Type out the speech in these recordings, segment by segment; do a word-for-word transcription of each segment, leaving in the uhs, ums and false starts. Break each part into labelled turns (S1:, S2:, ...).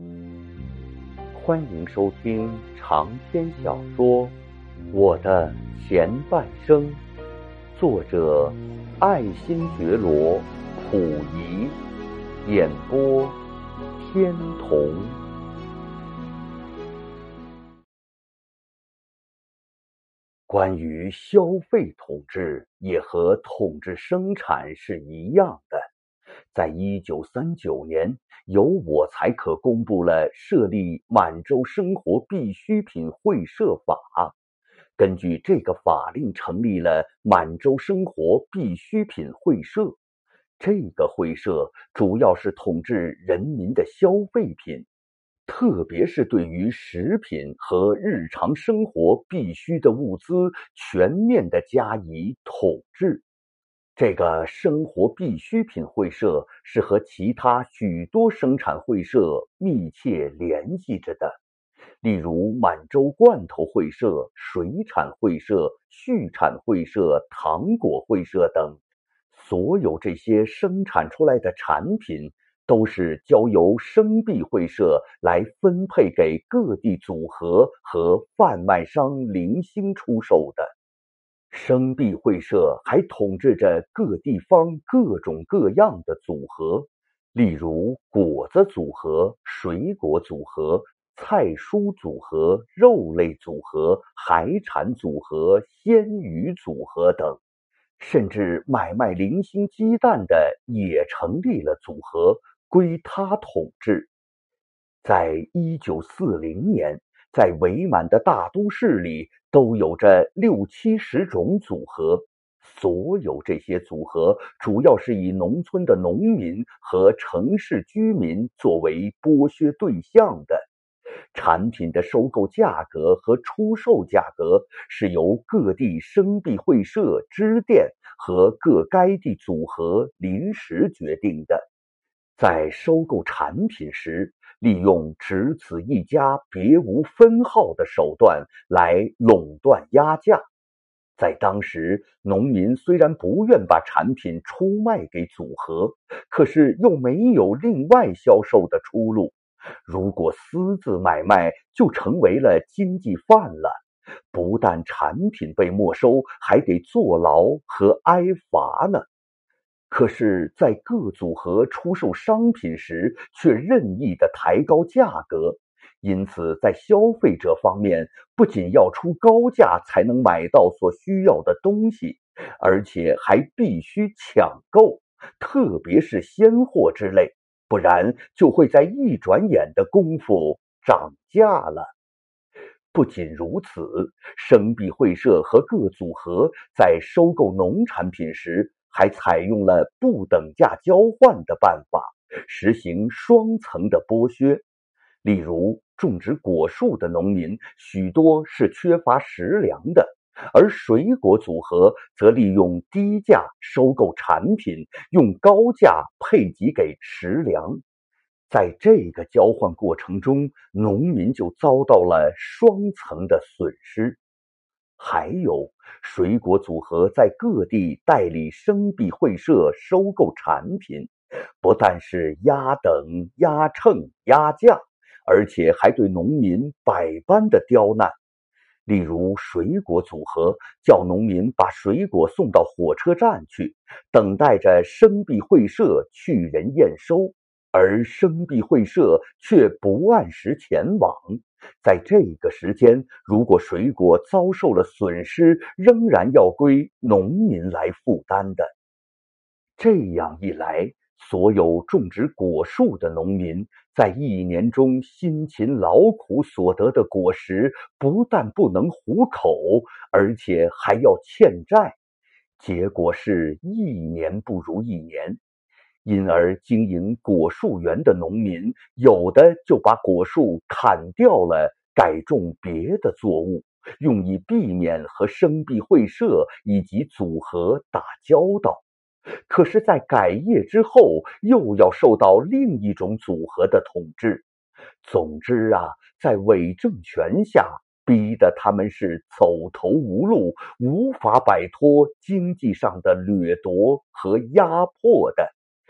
S1: 欢迎收听长篇小说《我的前半生》，作者爱新觉罗·溥仪，演播天童。关于消费统治，也和统治生产是一样的。在一九三九年，由我才可公布了设立满洲生活必需品会社法。根据这个法令，成立了满洲生活必需品会社。这个会社主要是统治人民的消费品，特别是对于食品和日常生活必需的物资全面地加以统治。这个生活必需品会社是和其他许多生产会社密切联系着的，例如满洲罐头会社、水产会社、畜产会社、糖果会社等。所有这些生产出来的产品都是交由生必会社来分配给各地组合和贩卖商零星出售的。生必会社还统治着各地方各种各样的组合，例如果子组合、水果组合、菜蔬组合、肉类组合、海产组合、鲜鱼组合等。甚至买卖零星鸡蛋的也成立了组合，归他统治。在一九四零年，在伪满的大都市里都有着六七十种组合，所有这些组合主要是以农村的农民和城市居民作为剥削对象的。产品的收购价格和出售价格是由各地生必会社支店和各该地组合临时决定的。在收购产品时，利用只此一家别无分号的手段来垄断压价。在当时，农民虽然不愿把产品出卖给组合，可是又没有另外销售的出路。如果私自买卖，就成为了经济犯了，不但产品被没收，还得坐牢和挨罚呢。可是，在各组合出售商品时，却任意地抬高价格，因此在消费者方面，不仅要出高价才能买到所需要的东西，而且还必须抢购，特别是鲜货之类，不然就会在一转眼的功夫涨价了。不仅如此，生必会社和各组合在收购农产品时，还采用了不等价交换的办法，实行双层的剥削。例如，种植果树的农民许多是缺乏食粮的，而水果组合则利用低价收购产品，用高价配给给食粮。在这个交换过程中，农民就遭到了双层的损失。还有，水果组合在各地代理生必会社收购产品，不但是压等、压秤、压价，而且还对农民百般的刁难。例如，水果组合叫农民把水果送到火车站去，等待着生必会社去人验收，而生必会社却不按时前往。在这个时间，如果水果遭受了损失，仍然要归农民来负担的。这样一来，所有种植果树的农民在一年中辛勤劳苦所得的果实，不但不能糊口，而且还要欠债，结果是一年不如一年。因而经营果树园的农民，有的就把果树砍掉了，改种别的作物，用以避免和生必会社以及组合打交道。可是在改业之后，又要受到另一种组合的统治。总之啊，在伪政权下，逼得他们是走投无路，无法摆脱经济上的掠夺和压迫的。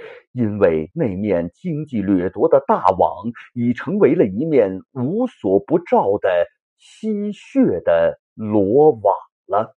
S1: 因为那面经济掠夺的大网已成为了一面无所不照的吸血的罗网了。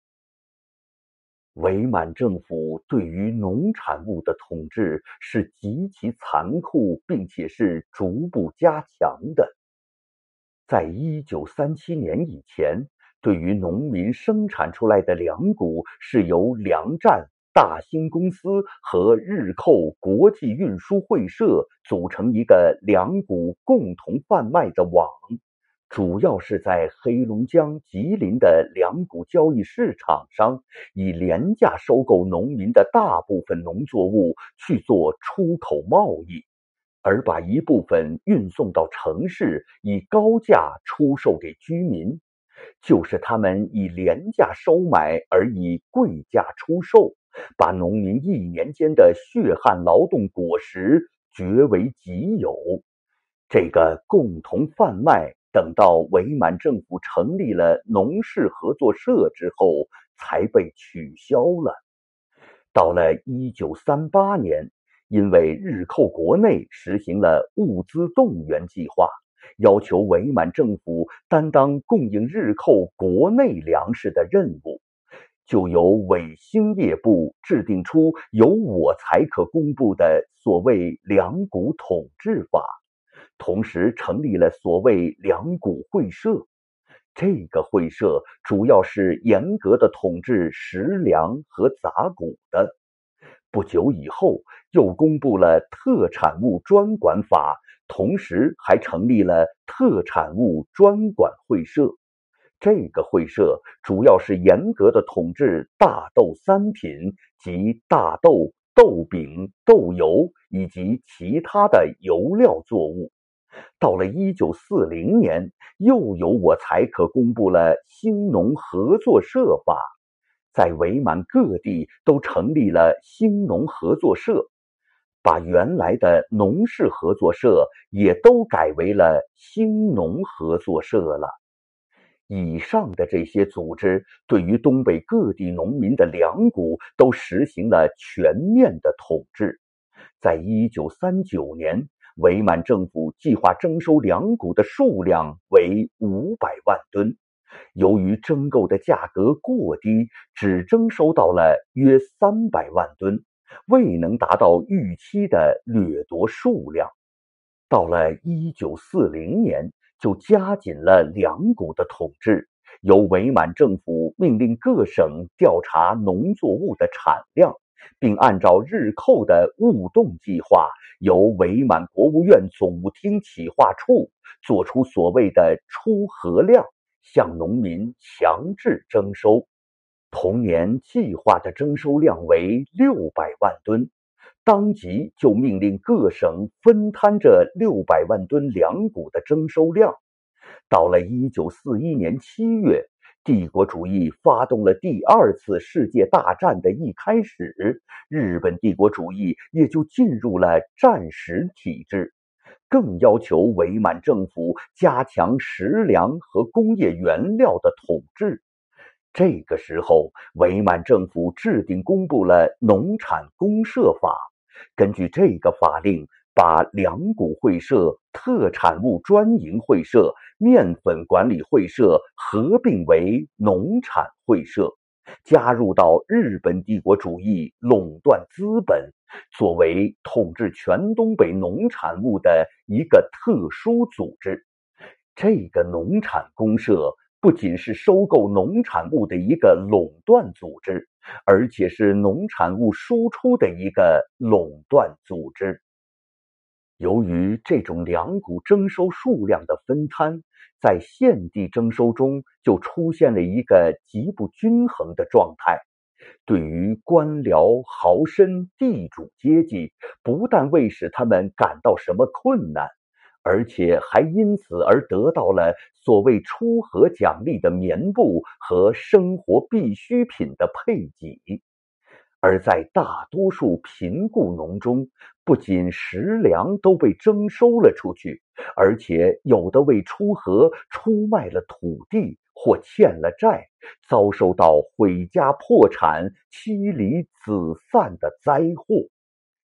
S1: 伪满政府对于农产物的统治是极其残酷，并且是逐步加强的。在一九三七年以前，对于农民生产出来的粮谷是由粮站、大兴公司和日寇国际运输会社组成一个粮谷共同贩卖的网，主要是在黑龙江、吉林的粮谷交易市场上，以廉价收购农民的大部分农作物去做出口贸易，而把一部分运送到城市，以高价出售给居民，就是他们以廉价收买而以贵价出售，把农民一年间的血汗劳动果实据为己有。这个共同贩卖，等到伪满政府成立了农事合作社之后，才被取消了。到了一九三八年，因为日寇国内实行了物资动员计划，要求伪满政府担当供应日寇国内粮食的任务，就由伪兴业部制定出由我才可公布的所谓粮谷统治法，同时成立了所谓粮谷会社。这个会社主要是严格的统治食粮和杂谷的。不久以后，又公布了特产物专管法，同时还成立了特产物专管会社。这个会社主要是严格的统治大豆三品及大豆、豆饼、豆油以及其他的油料作物。到了一九四零年，又由我才可公布了兴农合作社法，在伪满各地都成立了兴农合作社，把原来的农事合作社也都改为了兴农合作社了。以上的这些组织对于东北各地农民的粮谷都实行了全面的统治。在一九三九年，伪满政府计划征收粮谷的数量为五百万吨，由于征购的价格过低，只征收到了约三百万吨，未能达到预期的掠夺数量。到了一九四零年，就加紧了粮谷的统治，由伪满政府命令各省调查农作物的产量，并按照日寇的务动计划，由伪满国务院总务厅企划处做出所谓的出荷量，向农民强制征收。同年计划的征收量为六百万吨，当即就命令各省分摊这六百万吨粮谷的征收量。到了一九四一年七月，帝国主义发动了第二次世界大战的一开始，日本帝国主义也就进入了战时体制，更要求伪满政府加强食粮和工业原料的统治。这个时候，伪满政府制定公布了《农产公社法》，根据这个法令，把粮谷会社、特产物专营会社、面粉管理会社合并为农产会社，加入到日本帝国主义垄断资本，作为统治全东北农产物的一个特殊组织。这个农产公社不仅是收购农产物的一个垄断组织，而且是农产物输出的一个垄断组织。由于这种粮谷征收数量的分摊，在县地征收中就出现了一个极不均衡的状态。对于官僚、豪绅、地主阶级，不但未使他们感到什么困难，而且还因此而得到了所谓出荷奖励的棉布和生活必需品的配给。而在大多数贫雇农中，不仅食粮都被征收了出去，而且有的为出荷出卖了土地或欠了债，遭受到毁家破产、妻离子散的灾祸。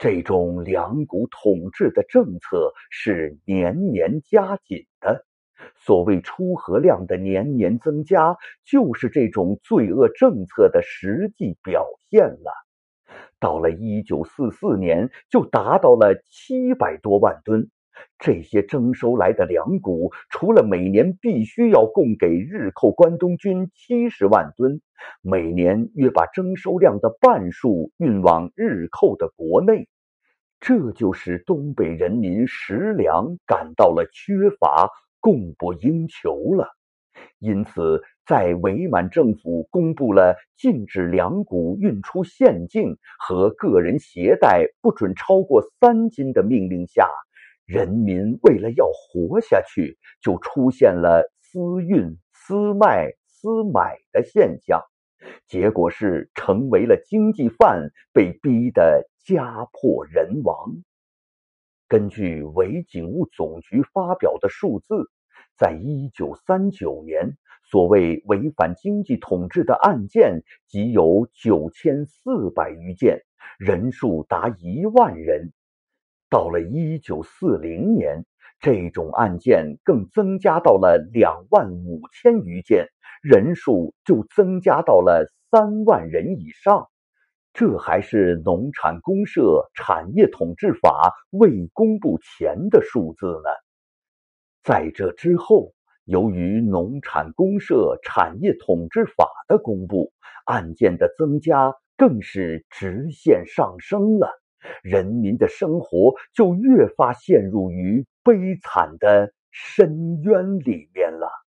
S1: 这种两股统治的政策是年年加紧的。所谓出河量的年年增加，就是这种罪恶政策的实际表现了。到了一九四四年，就达到了七百多万吨。这些征收来的粮谷，除了每年必须要供给日寇关东军七十万吨，每年约把征收量的半数运往日寇的国内，这就使东北人民食粮感到了缺乏，供不应求了。因此，在伪满政府公布了禁止粮谷运出县境和个人携带不准超过三斤的命令下，人民为了要活下去，就出现了私运、私卖、私买的现象，结果是成为了经济犯，被逼得家破人亡。根据伪警务总局发表的数字，在一九三九年，所谓违反经济统治的案件即有九千四百余件，人数达一万人。到了一九四零年，这种案件更增加到了两万五千余件，人数就增加到了三万人以上。这还是农产公社产业统治法未公布前的数字呢。在这之后，由于农产公社产业统治法的公布，案件的增加更是直线上升了，人民的生活就越发陷入于悲惨的深渊里面了。